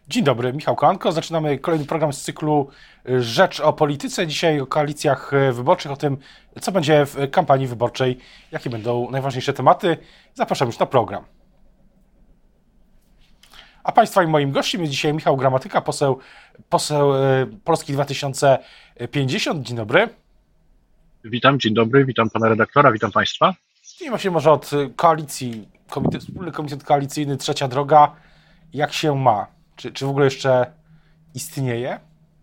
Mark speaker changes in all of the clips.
Speaker 1: Dzień dobry, Michał Kolanko. Zaczynamy kolejny program z cyklu Rzecz o polityce. Dzisiaj o koalicjach wyborczych, o tym, co będzie w kampanii wyborczej, jakie będą najważniejsze tematy. Zapraszam już na program. A Państwa i moim gościem jest dzisiaj Michał Gramatyka, poseł Polski 2050. Dzień dobry.
Speaker 2: Witam, dzień dobry, witam pana redaktora, witam państwa.
Speaker 1: Zacznijmy się może od koalicji, wspólny komitet koalicyjny Trzecia Droga. Jak się ma? Czy w ogóle jeszcze istnieje?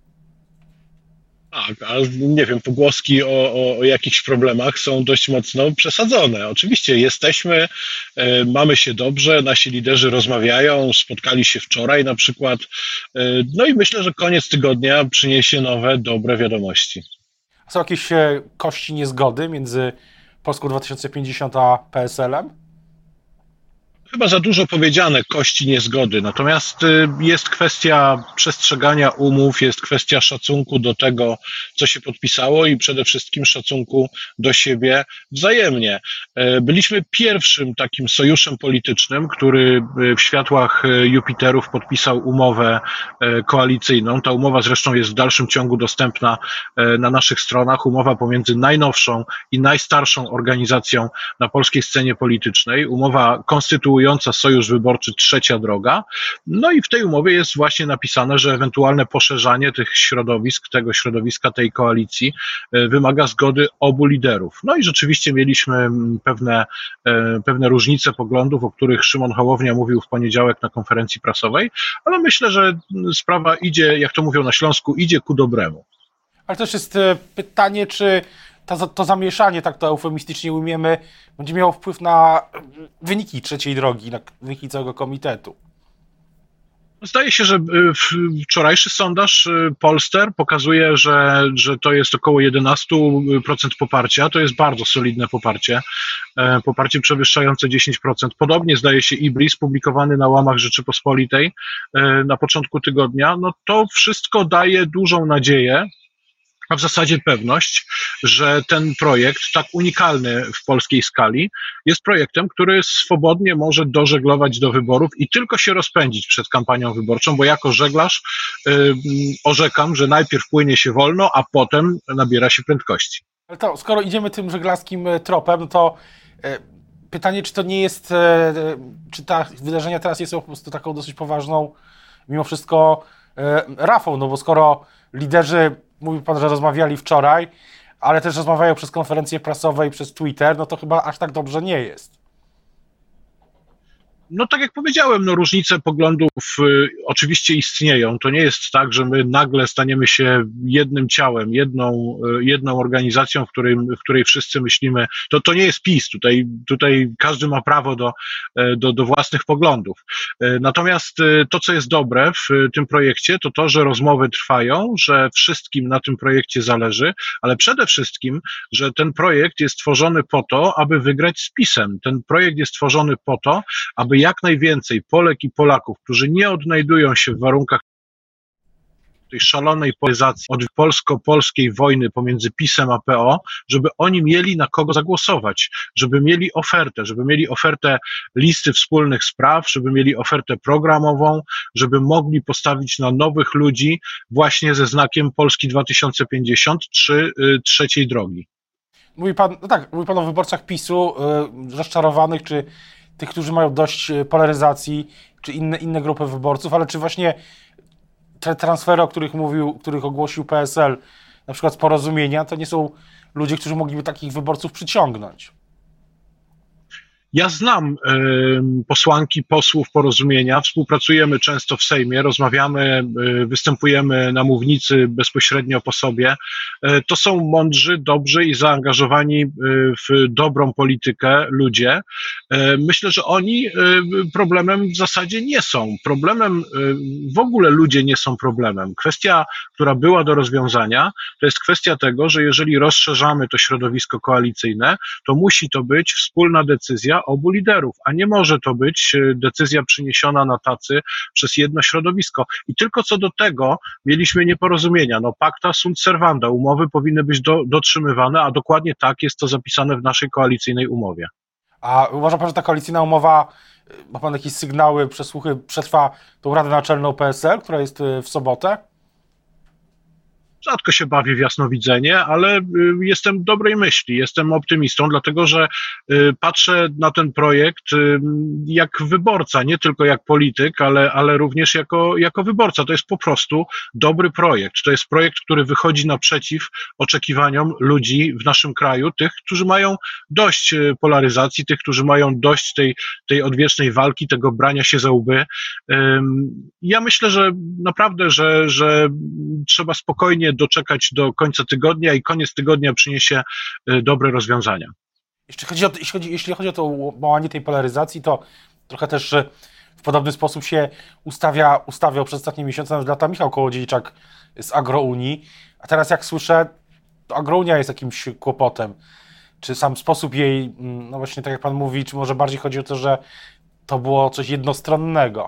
Speaker 2: Tak, a nie wiem, pogłoski o jakichś problemach są dość mocno przesadzone. Oczywiście jesteśmy, mamy się dobrze, nasi liderzy rozmawiają, spotkali się wczoraj na przykład, no i myślę, że koniec tygodnia przyniesie nowe, dobre wiadomości.
Speaker 1: Są jakieś kości niezgody między Polską 2050 a PSL-em?
Speaker 2: Chyba za dużo powiedziane, kości niezgody. Natomiast jest kwestia przestrzegania umów, jest kwestia szacunku do tego, co się podpisało i przede wszystkim szacunku do siebie wzajemnie. Byliśmy pierwszym takim sojuszem politycznym, który w światłach Jupiterów podpisał umowę koalicyjną. Ta umowa zresztą jest w dalszym ciągu dostępna na naszych stronach. Umowa pomiędzy najnowszą i najstarszą organizacją na polskiej scenie politycznej. Umowa konstytuująca Sojusz Wyborczy Trzecia Droga. No i w tej umowie jest właśnie napisane, że ewentualne poszerzanie tych środowisk, tego środowiska, tej koalicji wymaga zgody obu liderów. No i rzeczywiście mieliśmy pewne różnice poglądów, o których Szymon Hołownia mówił w poniedziałek na konferencji prasowej, ale myślę, że sprawa idzie, jak to mówią na Śląsku, idzie ku dobremu.
Speaker 1: Ale też jest pytanie, czy to zamieszanie, tak to eufemistycznie ujmiemy, będzie miało wpływ na wyniki Trzeciej Drogi, na wyniki całego komitetu.
Speaker 2: Zdaje się, że wczorajszy sondaż Polster pokazuje, że to jest około 11% poparcia. To jest bardzo solidne poparcie przewyższające 10%. Podobnie zdaje się IBRIS, publikowany na łamach Rzeczypospolitej na początku tygodnia. No to wszystko daje dużą nadzieję, a w zasadzie pewność, że ten projekt, tak unikalny w polskiej skali, jest projektem, który swobodnie może dożeglować do wyborów i tylko się rozpędzić przed kampanią wyborczą, bo jako żeglarz orzekam, że najpierw płynie się wolno, a potem nabiera się prędkości.
Speaker 1: Ale to, skoro idziemy tym żeglarskim tropem, no to pytanie, czy to nie jest, czy te wydarzenia teraz nie są po prostu taką dosyć poważną, mimo wszystko, rafą, no bo skoro liderzy, mówił pan, że rozmawiali wczoraj, ale też rozmawiają przez konferencje prasowe i przez Twitter, no to chyba aż tak dobrze nie jest.
Speaker 2: No tak jak powiedziałem, no różnice poglądów oczywiście istnieją. To nie jest tak, że my nagle staniemy się jednym ciałem, jedną organizacją, w której wszyscy myślimy. To nie jest PiS. Tutaj każdy ma prawo do własnych poglądów. Natomiast to, co jest dobre w tym projekcie, to to, że rozmowy trwają, że wszystkim na tym projekcie zależy, ale przede wszystkim, że ten projekt jest tworzony po to, aby wygrać z PiS-em. Ten projekt jest tworzony po to, aby jak najwięcej Polek i Polaków, którzy nie odnajdują się w warunkach tej szalonej polaryzacji od polsko-polskiej wojny pomiędzy PiS-em a PO, żeby oni mieli na kogo zagłosować, żeby mieli ofertę listy wspólnych spraw, żeby mieli ofertę programową, żeby mogli postawić na nowych ludzi właśnie ze znakiem Polski 2050 czy Trzeciej Drogi.
Speaker 1: Mówi pan, no tak, mówi pan o wyborcach PiS-u, rozczarowanych, czy tych, którzy mają dość polaryzacji, czy inne grupy wyborców, ale czy właśnie te transfery, o których mówił, których ogłosił PSL, na przykład z Porozumienia, to nie są ludzie, którzy mogliby takich wyborców przyciągnąć?
Speaker 2: Ja znam posłanki, posłów Porozumienia, współpracujemy często w Sejmie, rozmawiamy, występujemy na mównicy bezpośrednio po sobie. To są mądrzy, dobrzy i zaangażowani w dobrą politykę ludzie. Myślę, że oni problemem w zasadzie nie są. W ogóle ludzie nie są problemem. Kwestia, która była do rozwiązania, to jest kwestia tego, że jeżeli rozszerzamy to środowisko koalicyjne, to musi to być wspólna decyzja obu liderów, a nie może to być decyzja przyniesiona na tacy przez jedno środowisko. I tylko co do tego mieliśmy nieporozumienia. No pacta sunt servanda, umowy powinny być dotrzymywane, a dokładnie tak jest to zapisane w naszej koalicyjnej umowie.
Speaker 1: A uważa pan, że ta koalicyjna umowa, ma pan jakieś sygnały, przesłuchy, przetrwa tą Radę Naczelną PSL, która jest w sobotę?
Speaker 2: Rzadko się bawię w jasnowidzenie, ale jestem dobrej myśli, jestem optymistą, dlatego że patrzę na ten projekt jak wyborca, nie tylko jak polityk, ale również jako wyborca. To jest po prostu dobry projekt. To jest projekt, który wychodzi naprzeciw oczekiwaniom ludzi w naszym kraju, tych, którzy mają dość polaryzacji, tych, którzy mają dość tej odwiecznej walki, tego brania się za łby. Ja myślę, że naprawdę, że trzeba spokojnie doczekać do końca tygodnia i koniec tygodnia przyniesie dobre rozwiązania.
Speaker 1: Jeśli chodzi o to łamanie tej polaryzacji, to trochę też w podobny sposób się ustawiał przez ostatnie miesiące, nawet lata Michał Kołodziejczak z Agrounii, a teraz jak słyszę, to Agrounia jest jakimś kłopotem. Czy sam sposób jej, no właśnie tak jak pan mówi, czy może bardziej chodzi o to, że to było coś jednostronnego?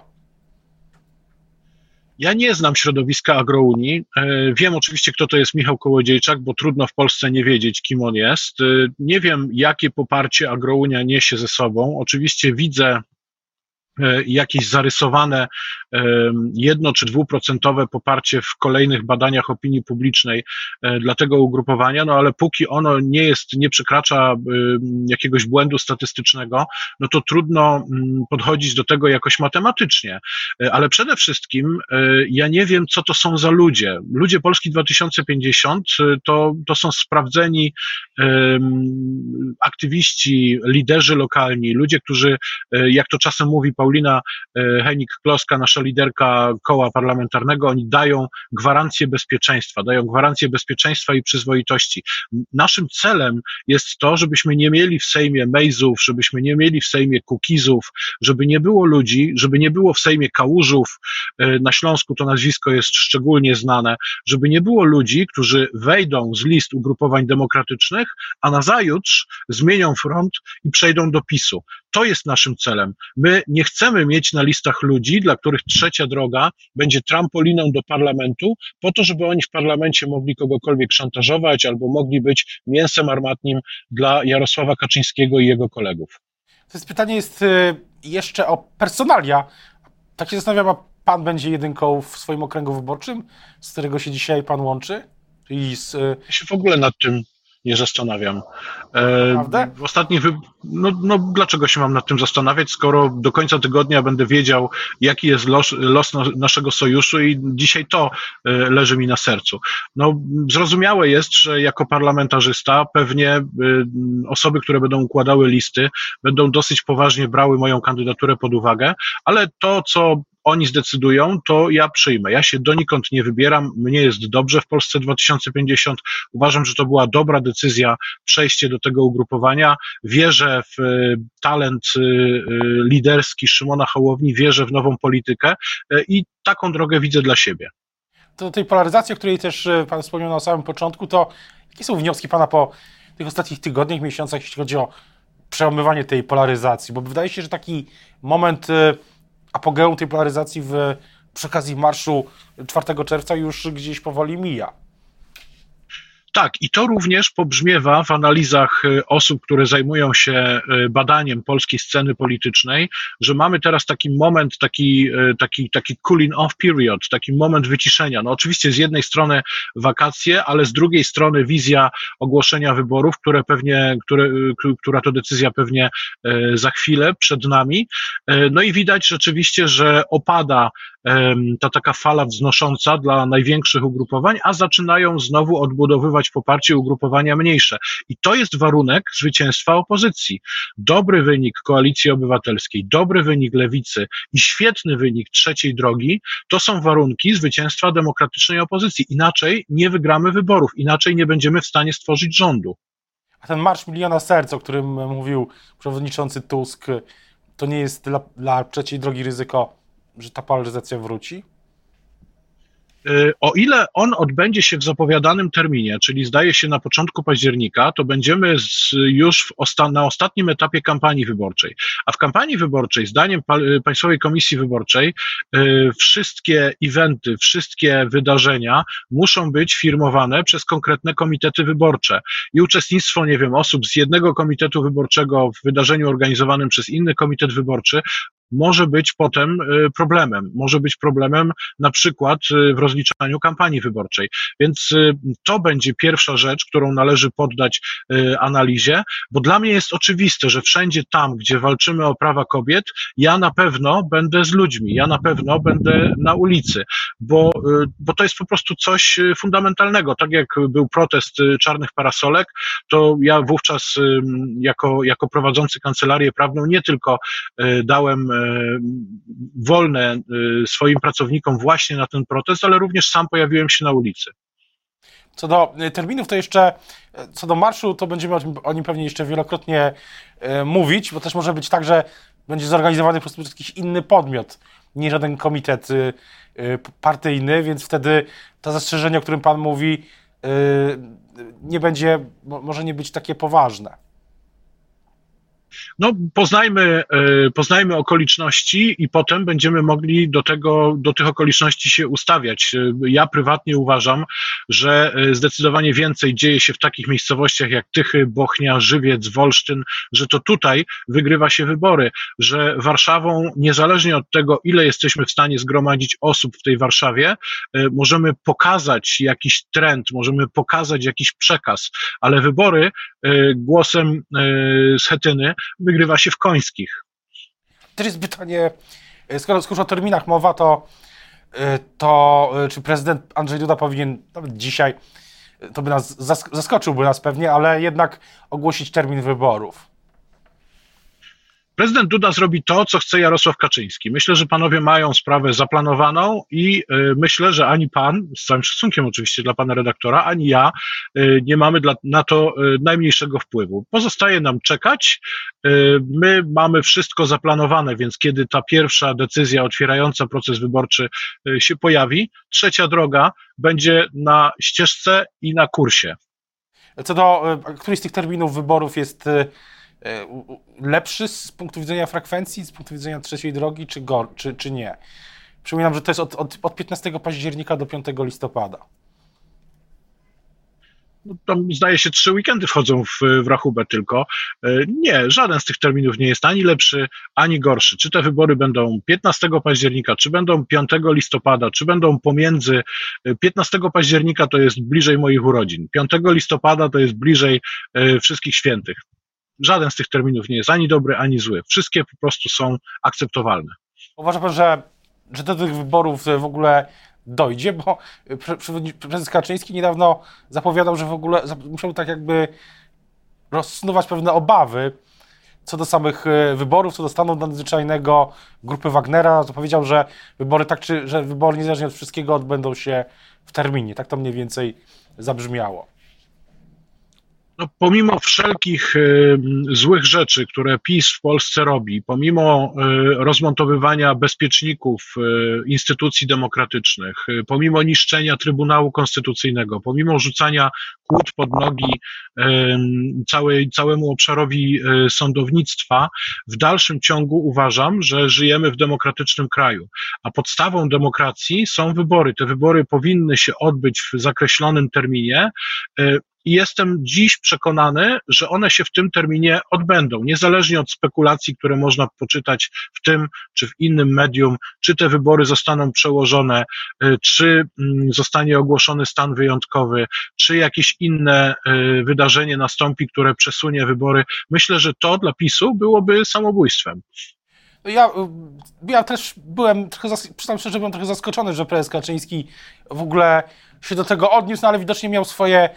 Speaker 2: Ja nie znam środowiska Agrounii. Wiem oczywiście, kto to jest Michał Kołodziejczak, bo trudno w Polsce nie wiedzieć, kim on jest. Nie wiem, jakie poparcie Agrounia niesie ze sobą. Oczywiście widzę jakieś zarysowane 1 czy 2% poparcie w kolejnych badaniach opinii publicznej dla tego ugrupowania, no ale póki ono nie przekracza jakiegoś błędu statystycznego, no to trudno podchodzić do tego jakoś matematycznie. Ale przede wszystkim ja nie wiem, co to są za ludzie. Ludzie Polski 2050 to są sprawdzeni aktywiści, liderzy lokalni, ludzie, którzy, jak to czasem mówi Paulina Hennig-Kloska, nasza liderka koła parlamentarnego, oni dają gwarancję bezpieczeństwa i przyzwoitości. Naszym celem jest to, żebyśmy nie mieli w Sejmie Mejzów, żebyśmy nie mieli w Sejmie Kukizów, żeby nie było ludzi, żeby nie było w Sejmie Kałużów, na Śląsku to nazwisko jest szczególnie znane, żeby nie było ludzi, którzy wejdą z list ugrupowań demokratycznych, a nazajutrz zmienią front i przejdą do PiS-u. To jest naszym celem. My nie chcemy mieć na listach ludzi, dla których trzecia droga będzie trampoliną do parlamentu, po to, żeby oni w parlamencie mogli kogokolwiek szantażować albo mogli być mięsem armatnim dla Jarosława Kaczyńskiego i jego kolegów.
Speaker 1: To jest pytanie jeszcze o personalia. Tak się zastanawiam, a pan będzie jedynką w swoim okręgu wyborczym, z którego się dzisiaj pan łączy?
Speaker 2: Ja się w ogóle nad tym nie zastanawiam.
Speaker 1: Naprawdę?
Speaker 2: W ostatnich no dlaczego się mam nad tym zastanawiać, skoro do końca tygodnia będę wiedział, jaki jest los naszego sojuszu i dzisiaj to leży mi na sercu. No, zrozumiałe jest, że jako parlamentarzysta pewnie osoby, które będą układały listy, będą dosyć poważnie brały moją kandydaturę pod uwagę, ale to, co oni zdecydują, to ja przyjmę. Ja się donikąd nie wybieram, mnie jest dobrze w Polsce 2050. Uważam, że to była dobra decyzja przejście do tego ugrupowania. Wierzę w talent liderski Szymona Hołowni, wierzę w nową politykę i taką drogę widzę dla siebie.
Speaker 1: To do tej polaryzacji, o której też pan wspomniał na samym początku, to jakie są wnioski pana po tych ostatnich tygodniach, miesiącach, jeśli chodzi o przełamywanie tej polaryzacji? Bo wydaje się, że taki moment apogeum tej polaryzacji przy okazji marszu 4 czerwca już gdzieś powoli mija.
Speaker 2: Tak, i to również pobrzmiewa w analizach osób, które zajmują się badaniem polskiej sceny politycznej, że mamy teraz taki moment, taki cooling off period, taki moment wyciszenia. No oczywiście z jednej strony wakacje, ale z drugiej strony wizja ogłoszenia wyborów, która to decyzja pewnie za chwilę przed nami. No i widać rzeczywiście, że opada ta taka fala wznosząca dla największych ugrupowań, a zaczynają znowu odbudowywać poparcie ugrupowania mniejsze. I to jest warunek zwycięstwa opozycji. Dobry wynik Koalicji Obywatelskiej, dobry wynik Lewicy i świetny wynik trzeciej drogi to są warunki zwycięstwa demokratycznej opozycji. Inaczej nie wygramy wyborów, inaczej nie będziemy w stanie stworzyć rządu.
Speaker 1: A ten Marsz Miliona Serc, o którym mówił przewodniczący Tusk, to nie jest dla trzeciej drogi ryzyko, że ta polaryzacja wróci?
Speaker 2: O ile on odbędzie się w zapowiadanym terminie, czyli zdaje się na początku października, to będziemy już na ostatnim etapie kampanii wyborczej. A w kampanii wyborczej, zdaniem Państwowej Komisji Wyborczej, wszystkie eventy, wszystkie wydarzenia muszą być firmowane przez konkretne komitety wyborcze. I uczestnictwo, nie wiem, osób z jednego komitetu wyborczego w wydarzeniu organizowanym przez inny komitet wyborczy może być potem problemem. Może być problemem na przykład w rozliczaniu kampanii wyborczej. Więc to będzie pierwsza rzecz, którą należy poddać analizie, bo dla mnie jest oczywiste, że wszędzie tam, gdzie walczymy o prawa kobiet, ja na pewno będę z ludźmi, ja na pewno będę na ulicy, bo to jest po prostu coś fundamentalnego. Tak jak był protest czarnych parasolek, to ja wówczas jako prowadzący kancelarię prawną nie tylko dałem wolne swoim pracownikom właśnie na ten protest, ale również sam pojawiłem się na ulicy.
Speaker 1: Co do terminów, to jeszcze co do marszu, to będziemy o nim pewnie jeszcze wielokrotnie mówić, bo też może być tak, że będzie zorganizowany po prostu przez jakiś inny podmiot, nie żaden komitet partyjny, więc wtedy to zastrzeżenie, o którym pan mówi, nie będzie, może nie być takie poważne.
Speaker 2: No, poznajmy okoliczności i potem będziemy mogli do tych okoliczności się ustawiać. Ja prywatnie uważam, że zdecydowanie więcej dzieje się w takich miejscowościach jak Tychy, Bochnia, Żywiec, Wolsztyn, że to tutaj wygrywa się wybory, że Warszawą, niezależnie od tego, ile jesteśmy w stanie zgromadzić osób w tej Warszawie, możemy pokazać jakiś trend, możemy pokazać jakiś przekaz, ale wybory głosem Schetyny wygrywa się w Końskich.
Speaker 1: Też jest pytanie, skoro już o terminach mowa, to czy prezydent Andrzej Duda powinien, nawet dzisiaj, to by nas zaskoczyłby nas pewnie, ale jednak ogłosić termin wyborów?
Speaker 2: Prezydent Duda zrobi to, co chce Jarosław Kaczyński. Myślę, że panowie mają sprawę zaplanowaną i myślę, że ani pan, z całym szacunkiem oczywiście dla pana redaktora, ani ja nie mamy na to najmniejszego wpływu. Pozostaje nam czekać. My mamy wszystko zaplanowane, więc kiedy ta pierwsza decyzja otwierająca proces wyborczy się pojawi, trzecia droga będzie na ścieżce i na kursie.
Speaker 1: Co do któryś z tych terminów wyborów jest lepszy z punktu widzenia frekwencji, z punktu widzenia trzeciej drogi, czy nie? Przypominam, że to jest od 15 października do 5 listopada.
Speaker 2: No, tam zdaje się 3 weekendy wchodzą w rachubę tylko. Nie, żaden z tych terminów nie jest ani lepszy, ani gorszy. Czy te wybory będą 15 października, czy będą 5 listopada, czy będą pomiędzy 15 października to jest bliżej moich urodzin, 5 listopada to jest bliżej wszystkich świętych. Żaden z tych terminów nie jest ani dobry, ani zły. Wszystkie po prostu są akceptowalne.
Speaker 1: Uważa pan, że do tych wyborów w ogóle dojdzie, bo prezes Kaczyński niedawno zapowiadał, że w ogóle musiał tak jakby rozsnuwać pewne obawy co do samych wyborów, co do stanu nadzwyczajnego grupy Wagnera. Zapowiedział, że wybory niezależnie od wszystkiego odbędą się w terminie. Tak to mniej więcej zabrzmiało.
Speaker 2: No, pomimo wszelkich złych rzeczy, które PiS w Polsce robi, pomimo rozmontowywania bezpieczników instytucji demokratycznych, pomimo niszczenia Trybunału Konstytucyjnego, pomimo rzucania kłód pod nogi całemu obszarowi sądownictwa, w dalszym ciągu uważam, że żyjemy w demokratycznym kraju, a podstawą demokracji są wybory. Te wybory powinny się odbyć w zakreślonym terminie. I jestem dziś przekonany, że one się w tym terminie odbędą, niezależnie od spekulacji, które można poczytać w tym czy w innym medium, czy te wybory zostaną przełożone, czy zostanie ogłoszony stan wyjątkowy, czy jakieś inne wydarzenie nastąpi, które przesunie wybory. Myślę, że to dla PiS-u byłoby samobójstwem.
Speaker 1: Ja też byłem trochę, przyznam szczerze, byłem trochę zaskoczony, że prezes Kaczyński w ogóle się do tego odniósł, no ale widocznie miał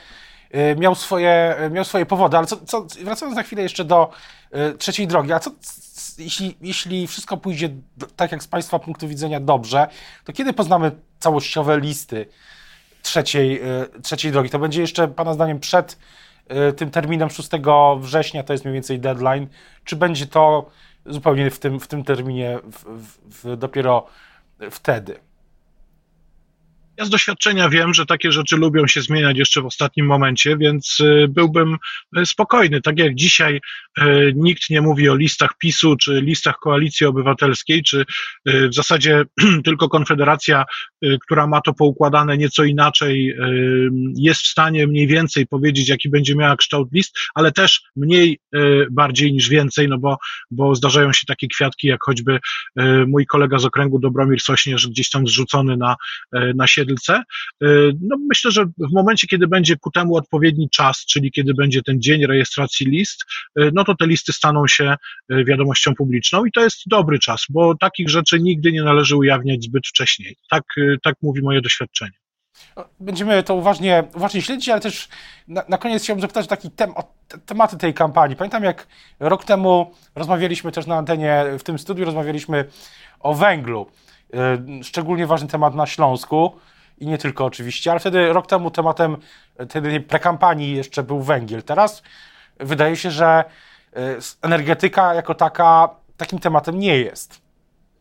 Speaker 1: swoje powody, ale wracając na chwilę jeszcze do trzeciej drogi, a co jeśli wszystko pójdzie tak jak z Państwa punktu widzenia dobrze, to kiedy poznamy całościowe listy trzeciej drogi? To będzie jeszcze Pana zdaniem przed tym terminem 6 września, to jest mniej więcej deadline, czy będzie to zupełnie w tym terminie dopiero wtedy?
Speaker 2: Ja z doświadczenia wiem, że takie rzeczy lubią się zmieniać jeszcze w ostatnim momencie, więc byłbym spokojny. Tak jak dzisiaj nikt nie mówi o listach PiS-u, czy listach Koalicji Obywatelskiej, czy w zasadzie tylko Konfederacja, która ma to poukładane nieco inaczej, jest w stanie mniej więcej powiedzieć, jaki będzie miała kształt list, ale też mniej bardziej niż więcej, no bo zdarzają się takie kwiatki, jak choćby mój kolega z okręgu Dobromir Sośnierz, gdzieś tam zrzucony na Siedlce. No myślę, że w momencie, kiedy będzie ku temu odpowiedni czas, czyli kiedy będzie ten dzień rejestracji list, no to te listy staną się wiadomością publiczną i to jest dobry czas, bo takich rzeczy nigdy nie należy ujawniać zbyt wcześnie. Tak mówi moje doświadczenie.
Speaker 1: Będziemy to uważnie śledzić, ale też na koniec chciałbym zapytać o tematy tej kampanii. Pamiętam, jak rok temu rozmawialiśmy też na antenie w tym studiu, rozmawialiśmy o węglu. Szczególnie ważny temat na Śląsku i nie tylko oczywiście, ale wtedy rok temu tematem tej prekampanii jeszcze był węgiel. Teraz wydaje się, że energetyka jako taka takim tematem nie jest.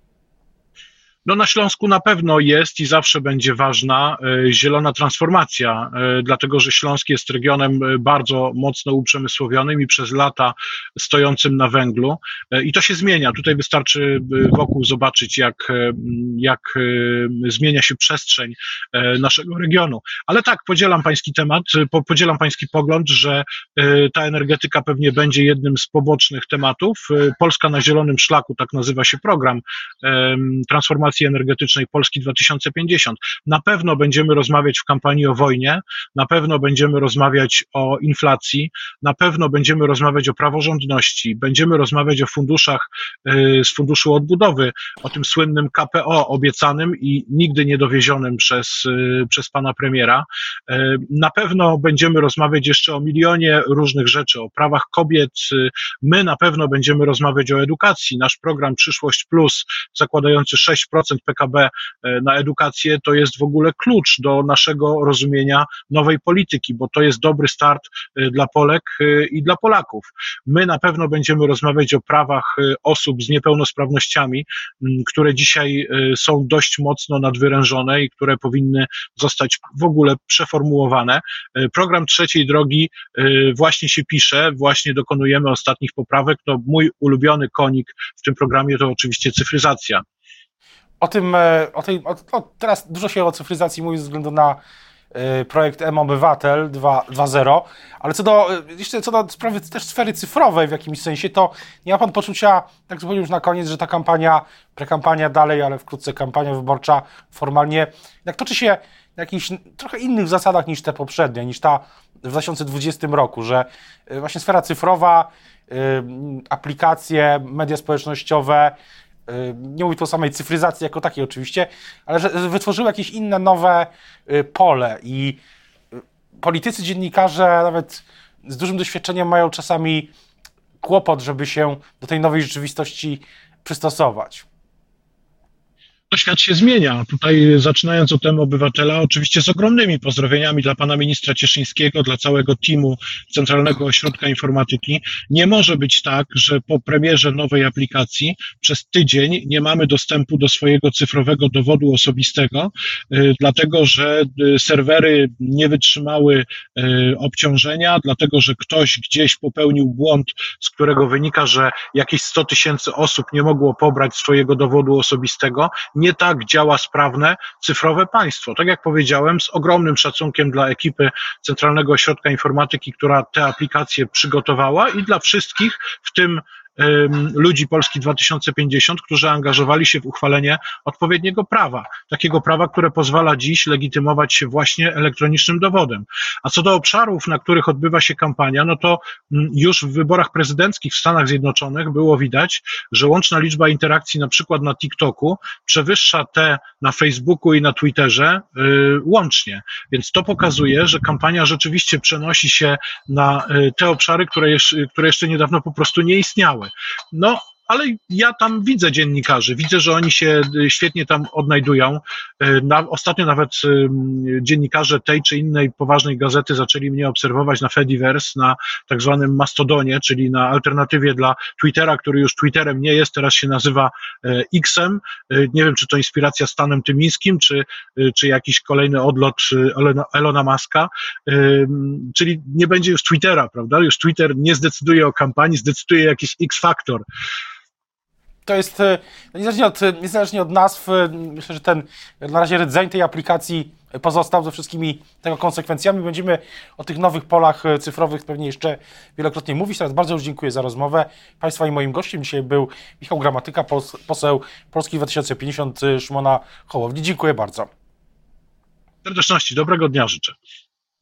Speaker 2: No na Śląsku na pewno jest i zawsze będzie ważna zielona transformacja, dlatego że Śląsk jest regionem bardzo mocno uprzemysłowionym i przez lata stojącym na węglu i to się zmienia. Tutaj wystarczy wokół zobaczyć, jak zmienia się przestrzeń naszego regionu. Ale tak, podzielam pański temat, podzielam pański pogląd, że ta energetyka pewnie będzie jednym z pobocznych tematów. Polska na zielonym szlaku, tak nazywa się program transformacji energetycznej Polski 2050. Na pewno będziemy rozmawiać w kampanii o wojnie, na pewno będziemy rozmawiać o inflacji, na pewno będziemy rozmawiać o praworządności, będziemy rozmawiać o funduszach z Funduszu Odbudowy, o tym słynnym KPO obiecanym i nigdy nie dowiezionym przez pana premiera. Na pewno będziemy rozmawiać jeszcze o milionie różnych rzeczy, o prawach kobiet. My na pewno będziemy rozmawiać o edukacji. Nasz program Przyszłość Plus, zakładający 6% PKB na edukację, to jest w ogóle klucz do naszego rozumienia nowej polityki, bo to jest dobry start dla Polek i dla Polaków. My na pewno będziemy rozmawiać o prawach osób z niepełnosprawnościami, które dzisiaj są dość mocno nadwyrężone i które powinny zostać w ogóle przeformułowane. Program trzeciej drogi właśnie się pisze, właśnie dokonujemy ostatnich poprawek. No, mój ulubiony konik w tym programie to oczywiście cyfryzacja.
Speaker 1: Teraz dużo się o cyfryzacji mówi ze względu na projekt mObywatel 2.0, ale co do sprawy też sfery cyfrowej w jakimś sensie, to nie ma pan poczucia, tak zupełnie już na koniec, że ta prekampania dalej, ale wkrótce kampania wyborcza formalnie, jak toczy się na jakichś trochę innych zasadach niż te poprzednie, niż ta w 2020 roku, że właśnie sfera cyfrowa, aplikacje, media społecznościowe, nie mówię tu o samej cyfryzacji jako takiej oczywiście, ale że wytworzyły jakieś inne, nowe pole i politycy, dziennikarze nawet z dużym doświadczeniem mają czasami kłopot, żeby się do tej nowej rzeczywistości przystosować.
Speaker 2: To świat się zmienia. Tutaj zaczynając od mObywatela, oczywiście z ogromnymi pozdrowieniami dla pana ministra Cieszyńskiego, dla całego teamu Centralnego Ośrodka Informatyki. Nie może być tak, że po premierze nowej aplikacji przez tydzień nie mamy dostępu do swojego cyfrowego dowodu osobistego, dlatego że serwery nie wytrzymały obciążenia, dlatego że ktoś gdzieś popełnił błąd, z którego wynika, że jakieś 100 000 osób nie mogło pobrać swojego dowodu osobistego. Nie tak działa sprawne cyfrowe państwo. Tak jak powiedziałem, z ogromnym szacunkiem dla ekipy Centralnego Ośrodka Informatyki, która te aplikacje przygotowała i dla wszystkich, w tym ludzi Polski 2050, którzy angażowali się w uchwalenie odpowiedniego prawa. Takiego prawa, które pozwala dziś legitymować się właśnie elektronicznym dowodem. A co do obszarów, na których odbywa się kampania, no to już w wyborach prezydenckich w Stanach Zjednoczonych było widać, że łączna liczba interakcji na przykład na TikToku przewyższa te na Facebooku i na Twitterze łącznie. Więc to pokazuje, że kampania rzeczywiście przenosi się na te obszary, które jeszcze niedawno po prostu nie istniały. No, ale ja tam widzę dziennikarzy, widzę, że oni się świetnie tam odnajdują. Ostatnio nawet dziennikarze tej czy innej poważnej gazety zaczęli mnie obserwować na Fediverse, na tak zwanym Mastodonie, czyli na alternatywie dla Twittera, który już Twitterem nie jest, teraz się nazywa X-em. Nie wiem, czy to inspiracja Stanem Tymińskim, czy jakiś kolejny odlot Elona Muska, czyli nie będzie już Twittera, prawda? Już Twitter nie zdecyduje o kampanii, zdecyduje jakiś X-faktor.
Speaker 1: To jest, niezależnie od nazw, myślę, że ten na razie rdzeń tej aplikacji pozostał ze wszystkimi tego konsekwencjami. Będziemy o tych nowych polach cyfrowych pewnie jeszcze wielokrotnie mówić. Teraz bardzo już dziękuję za rozmowę. Państwa i moim gościem dzisiaj był Michał Gramatyka, poseł Polski 2050 Szymona Hołowni. Dziękuję bardzo.
Speaker 2: Serdeczności, dobrego dnia życzę.